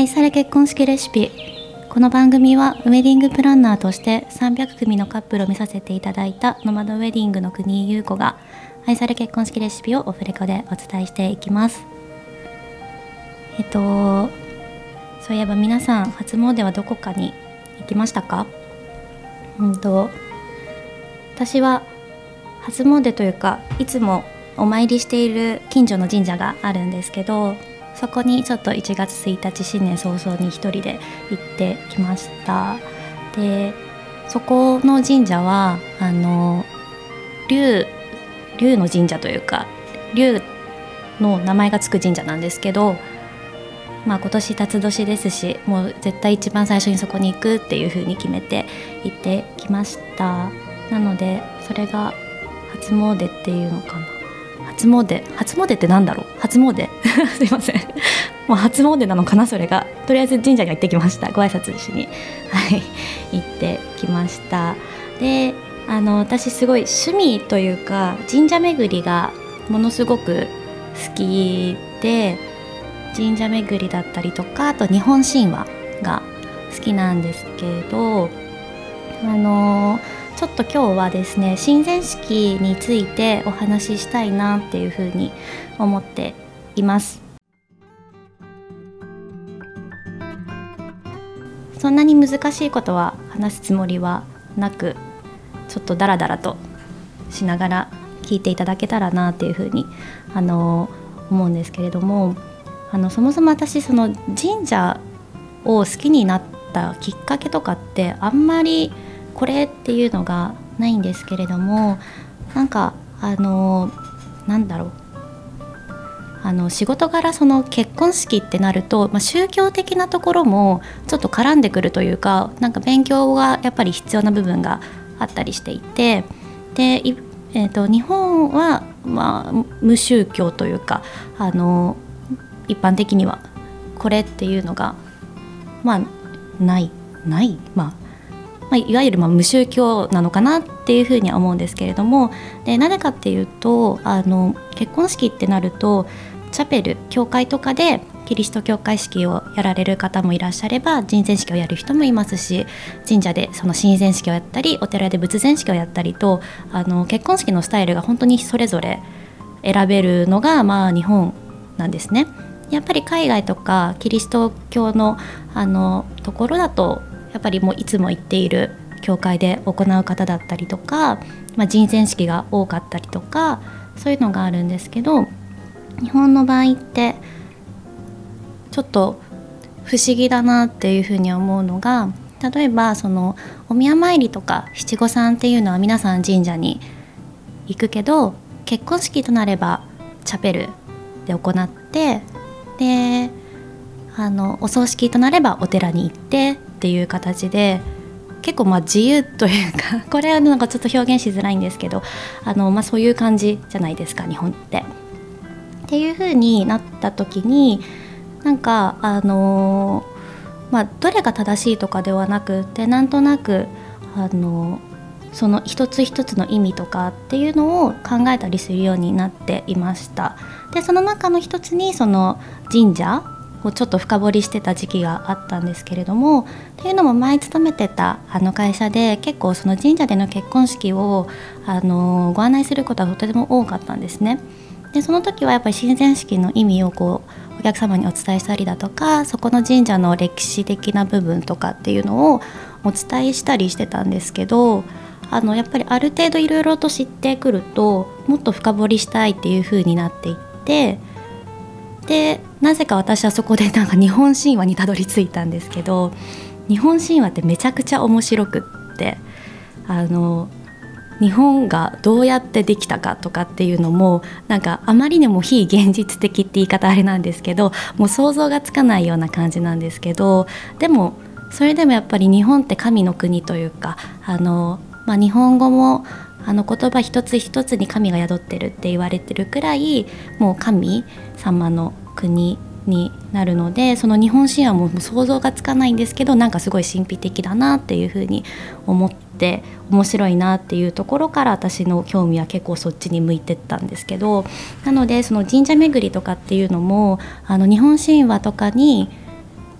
愛され結婚式レシピ。この番組はウェディングプランナーとして300組のカップルを見させていただいたノマドウェディングの国井優子が愛され結婚式レシピをオフレコでお伝えしていきます。そういえば皆さん初詣はどこかに行きましたか？私は初詣というかいつもお参りしている近所の神社があるんですけど、そこにちょっと1月1日新年早々に一人で行ってきました。でそこの神社は龍の神社というか龍の名前がつく神社なんですけど、今年辰年ですし、もう絶対一番最初にそこに行くっていう風に決めて行ってきました。なのでそれが初詣っていうのかな。初詣ってなんだろう。初詣すいませんもう初詣なのかな。それがとりあえず神社に行ってきました。ご挨拶しに行ってきました。で私すごい趣味というか神社巡りがものすごく好きで、神社巡りだったりとか、あと日本神話が好きなんですけど、ちょっと今日はですね、神前式についてお話ししたいなっていうふうに思っています。そんなに難しいことは話すつもりはなく、ちょっとダラダラとしながら聞いていただけたらなっていうふうに思うんですけれども、そもそも私その神社を好きになったきっかけとかってあんまりこれっていうのがないんですけれども、なんかなんだろう、仕事柄その結婚式ってなると、宗教的なところもちょっと絡んでくるというか、なんか勉強がやっぱり必要な部分があったりしていて、で、日本は、無宗教というか一般的にはこれっていうのがない、いわゆる無宗教なのかなっていうふうには思うんですけれども、でなぜかっていうと結婚式ってなるとチャペル、教会とかでキリスト教会式をやられる方もいらっしゃれば、神前式をやる人もいますし、神社でその神前式をやったり、お寺で仏前式をやったりと、結婚式のスタイルが本当にそれぞれ選べるのが日本なんですね。やっぱり海外とかキリスト教のところだとやっぱりもういつも行っている教会で行う方だったりとか、神前式が多かったりとか、そういうのがあるんですけど、日本の場合ってちょっと不思議だなっていうふうに思うのが、例えばそのお宮参りとか七五三っていうのは皆さん神社に行くけど、結婚式となればチャペルで行って、でお葬式となればお寺に行ってっていう形で、結構自由というかこれはなんかちょっと表現しづらいんですけど、そういう感じじゃないですか日本ってっていう風になった時に、なんかどれが正しいとかではなくて、なんとなくその一つ一つの意味とかっていうのを考えたりするようになっていました。でその中の一つにその神社をちょっと深掘りしてた時期があったんですけれども、っていうのも前勤めてた会社で結構その神社での結婚式をご案内することはとても多かったんですね。でその時はやっぱり神前式の意味をお客様にお伝えしたりだとか、そこの神社の歴史的な部分とかっていうのをお伝えしたりしてたんですけど、やっぱりある程度いろいろと知ってくるともっと深掘りしたいっていう風になっていって、でなぜか私はそこでなんか日本神話にたどり着いたんですけど、日本神話ってめちゃくちゃ面白くって、日本がどうやってできたかとかっていうのもなんかあまりにも非現実的って言い方あれなんですけど、もう想像がつかないような感じなんですけど、でもそれでもやっぱり日本って神の国というか日本語も言葉一つ一つに神が宿ってるって言われてるくらいもう神様の国になるので、その日本神話も想像がつかないんですけど、なんかすごい神秘的だなっていうふうに思って面白いなっていうところから私の興味は結構そっちに向いてったんですけど、なのでその神社巡りとかっていうのも日本神話とかに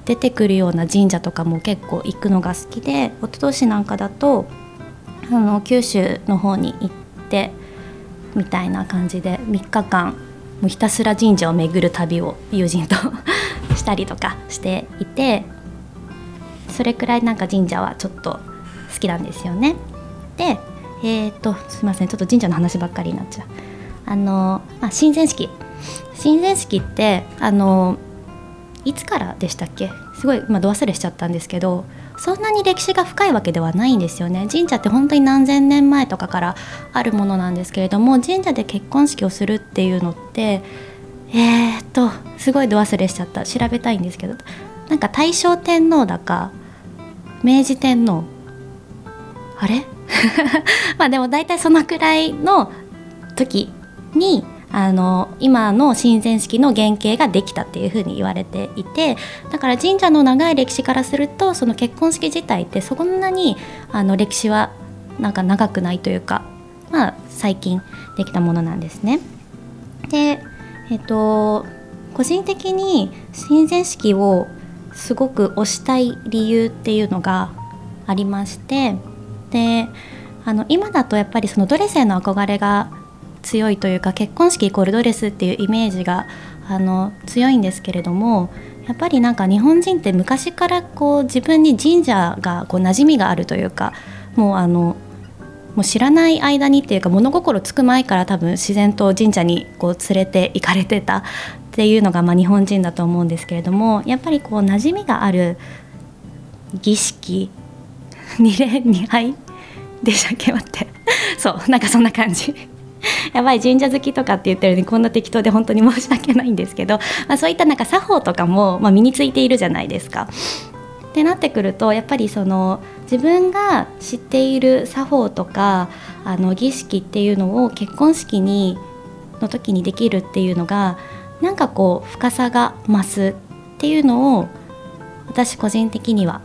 出てくるような神社とかも結構行くのが好きで、一昨年なんかだと九州の方に行ってみたいな感じで3日間もうひたすら神社を巡る旅を友人としたりとかしていて、それくらいなんか神社はちょっと好きなんですよね。で、すいません、ちょっと神社の話ばっかりになっちゃう。神前式っていつからでしたっけ、すごい今ど忘れしちゃったんですけど、そんなに歴史が深いわけではないんですよね。神社って本当に何千年前とかからあるものなんですけれども、神社で結婚式をするっていうのってすごいど忘れしちゃった、調べたいんですけど、なんか大正天皇だか明治天皇あれまあでも大体そのくらいの時に今の神前式の原型ができたっていうふうに言われていて、だから神社の長い歴史からするとその結婚式自体ってそんなに歴史はなんか長くないというか、まあ最近できたものなんですね。で、個人的に神前式をすごく推したい理由っていうのがありまして、で今だとやっぱりそのドレスへの憧れが強いというか、結婚式イコールドレスっていうイメージが強いんですけれども、やっぱりなんか日本人って昔からこう自分に神社がこう馴染みがあるというか、もう知らない間にっていうか物心つく前から多分自然と神社にこう連れて行かれてたっていうのが日本人だと思うんですけれども、やっぱりこう馴染みがある儀式二礼二拝でしたっけ、待ってそうなんかそんな感じやばい、神社好きとかって言ってるのにこんな適当で本当に申し訳ないんですけど、そういったなんか作法とかも身についているじゃないですか。ってなってくるとやっぱりその自分が知っている作法とか儀式っていうのを結婚式の時にできるっていうのがなんかこう深さが増すっていうのを私個人的には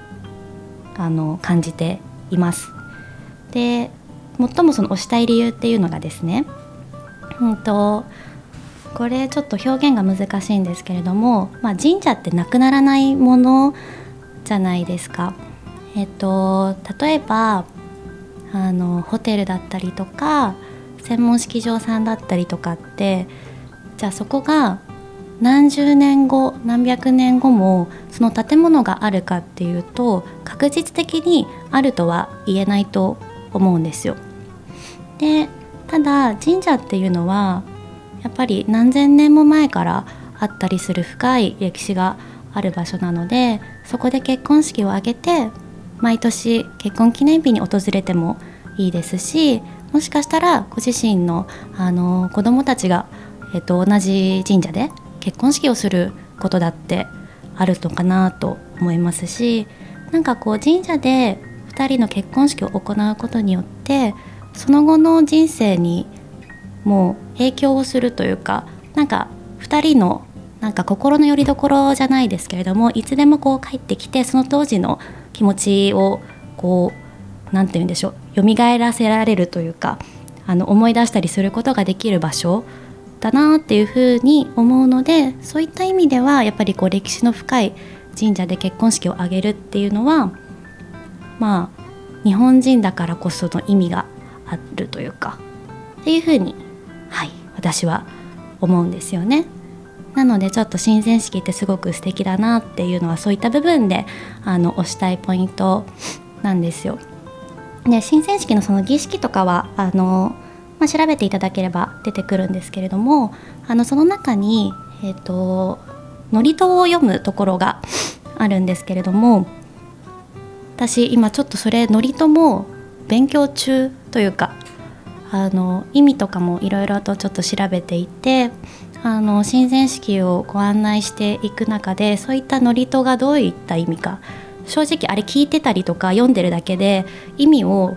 感じています。で、最もその推したい理由っていうのがですね、これちょっと表現が難しいんですけれども、神社ってなくならないものじゃないですか。例えばホテルだったりとか専門式場さんだったりとかって、じゃあそこが何十年後何百年後もその建物があるかっていうと確実的にあるとは言えないと思うんですよ。で、ただ神社っていうのはやっぱり何千年も前からあったりする深い歴史がある場所なので、そこで結婚式を挙げて毎年結婚記念日に訪れてもいいですし、もしかしたらご自身の、子供たちが、同じ神社で結婚式をすることだってあるのかなと思いますし、なんかこう神社で2人の結婚式を行うことによってその後の人生にもう影響をするというか、なんか2人のなんか心の拠り所じゃないですけれども、いつでもこう帰ってきてその当時の気持ちをこうなんて言うんでしょう、蘇らせられるというか思い出したりすることができる場所だなっていうふうに思うので、そういった意味ではやっぱりこう歴史の深い神社で結婚式を挙げるっていうのは日本人だからこその意味があるというかっていうふうに、私は思うんですよね。なのでちょっと神前式ってすごく素敵だなっていうのはそういった部分で推したいポイントなんですよ。で、神前式のその儀式とかは調べていただければ出てくるんですけれども、その中に祝詞を読むところがあるんですけれども、私今ちょっとそれ祝詞も勉強中というか意味とかもいろいろとちょっと調べていて、神前式をご案内していく中でそういった祝詞がどういった意味か、正直あれ聞いてたりとか読んでるだけで意味を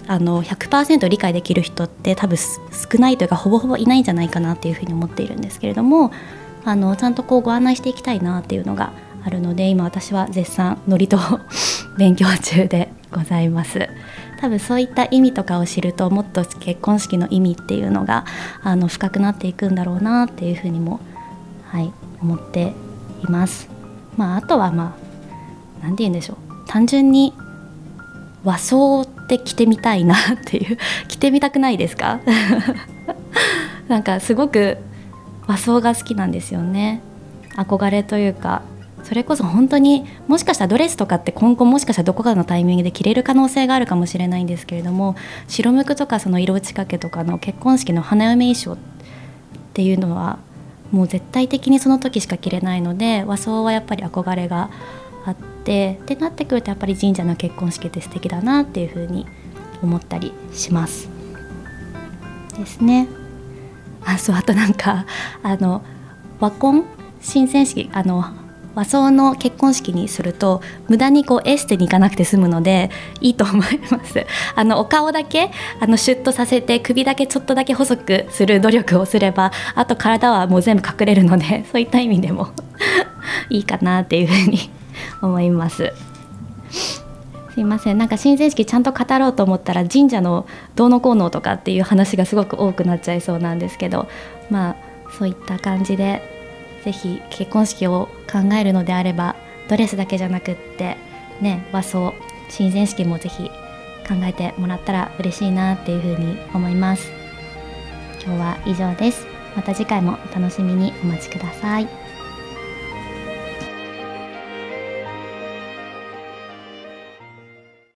100% 理解できる人って多分少ないというかほぼほぼいないんじゃないかなっていうふうに思っているんですけれども、ちゃんとこうご案内していきたいなっていうのがあるので、今私は絶賛祝詞を勉強中でございます。多分そういった意味とかを知るともっと結婚式の意味っていうのが深くなっていくんだろうなっていうふうにも、思っています。 あとはなんて言うんでしょう、単純に和装って着てみたいなっていう着てみたくないですかなんかすごく和装が好きなんですよね。憧れというか、それこそ本当にもしかしたらドレスとかって今後もしかしたらどこかのタイミングで着れる可能性があるかもしれないんですけれども、白むくとかその色打ち掛けとかの結婚式の花嫁衣装っていうのはもう絶対的にその時しか着れないので、和装はやっぱり憧れがあってってなってくると、やっぱり神社の結婚式って素敵だなっていうふうに思ったりしますですね。あとなんか和婚神前式和装の結婚式にすると無駄にエステに行かなくて済むのでいいと思います。お顔だけシュッとさせて首だけちょっとだけ細くする努力をすれば、あと体はもう全部隠れるので、そういった意味でもいいかなっていうふうに思います。すいません、なんか神前式ちゃんと語ろうと思ったら神社のどうのこうのとかっていう話がすごく多くなっちゃいそうなんですけど、そういった感じでぜひ結婚式を考えるのであればドレスだけじゃなくってね、和装神前式もぜひ考えてもらったら嬉しいなっていうふうに思います。今日は以上です。また次回もお楽しみにお待ちください。